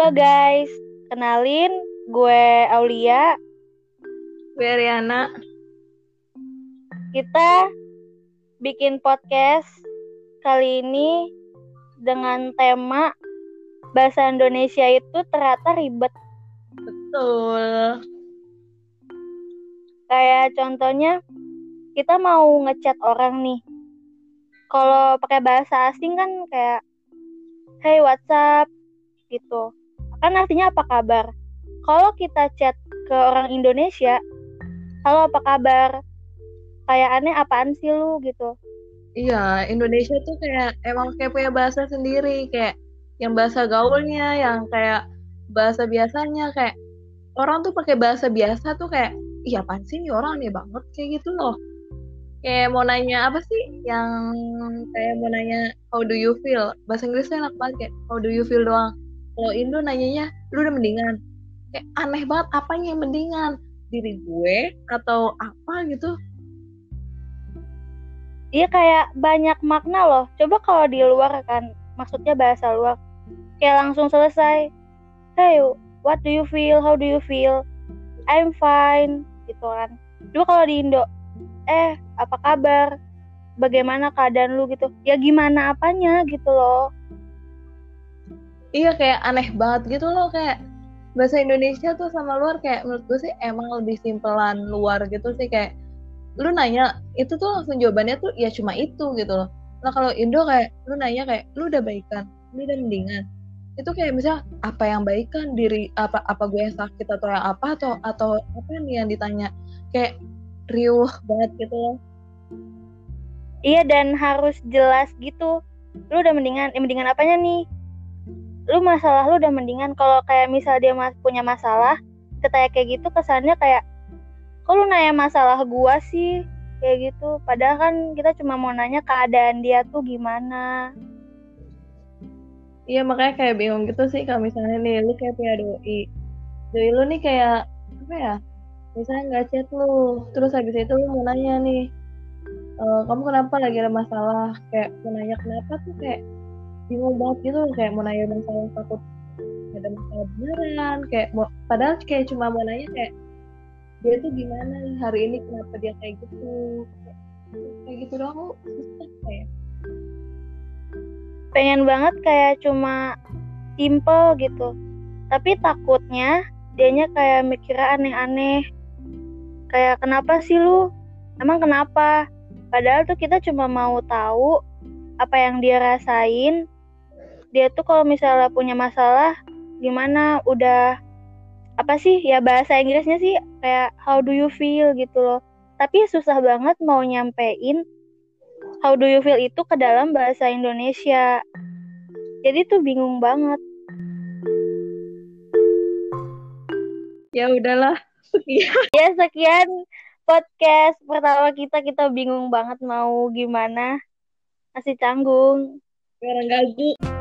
Halo guys, kenalin gue Aulia. Gue Riana. Kita bikin podcast kali ini dengan tema bahasa Indonesia itu ternyata ribet. Betul. Kayak contohnya kita mau ngechat orang nih. Kalau pakai bahasa asing kan kayak hey what's up gitu. Kan artinya apa kabar. Kalau kita chat ke orang Indonesia, halo apa kabar? Kayak aneh apaan sih lu gitu. Iya, Indonesia tuh kayak emang kayak punya bahasa sendiri, kayak yang bahasa gaulnya, yang kayak bahasa biasanya, kayak orang tuh pakai bahasa biasa tuh kayak, iya apaan sih nih orang aneh banget kayak gitu loh. Kayak mau nanya apa sih? Yang kayak mau nanya how do you feel? Bahasa Inggrisnya enak banget kayak how do you feel doang. Kalau Indo nanyanya, lu udah mendingan. Kayak aneh banget, apanya yang mendingan? Diri gue atau apa gitu? Iya kayak banyak makna loh. Coba kalau di luar kan, maksudnya bahasa luar, kayak langsung selesai. Hey, what do you feel? How do you feel? I'm fine, gitu kan. Dulu kalau di Indo, apa kabar? Bagaimana keadaan lu gitu? Ya gimana apanya gitu loh. Iya kayak aneh banget gitu loh, kayak bahasa Indonesia tuh sama luar kayak menurut gue sih emang lebih simpelan luar gitu sih, kayak lu nanya itu tuh langsung jawabannya tuh ya cuma itu gitu loh. Nah kalau Indo kayak lu nanya kayak lu udah baikan, lu udah mendingan, itu kayak misalnya apa yang baikan, diri apa gue yang sakit atau yang apa atau apa nih yang ditanya, kayak riuh banget gitu loh. Iya dan harus jelas gitu. Lu udah mendingan, mendingan apanya nih? Lu udah mendingan. Kalau kayak misal dia punya masalah, kayak gitu kesannya kayak kok lu nanya masalah gua sih kayak gitu, padahal kan kita cuma mau nanya keadaan dia tuh gimana. Iya makanya kayak bingung gitu sih kalau misalnya nih lu kayak punya doi lu nih kayak apa ya, misalnya nggak chat lu, terus habis itu lu mau nanya nih, kamu kenapa lagi ada masalah, kayak mau nanya kenapa tuh kayak bingung banget gitu, kayak mau nanya masalah takut ada masalah beneran, kayak mau, padahal kayak cuma mau nanya kayak dia tuh gimana hari ini, kenapa dia kayak gitu, kayak gitu doang lu susah kayak. Pengen banget kayak cuma simple gitu, tapi takutnya dianya kayak mikirnya aneh-aneh, kayak kenapa sih lu, emang kenapa, padahal tuh kita cuma mau tahu apa yang dia rasain. Dia tuh kalau misalnya punya masalah gimana, udah apa sih ya, bahasa Inggrisnya sih kayak how do you feel gitu loh, tapi susah banget mau nyampein how do you feel itu ke dalam bahasa Indonesia, jadi tuh bingung banget. Ya udahlah, sekian. Ya sekian podcast pertama kita bingung banget mau gimana, masih canggung. Sekarang gagu.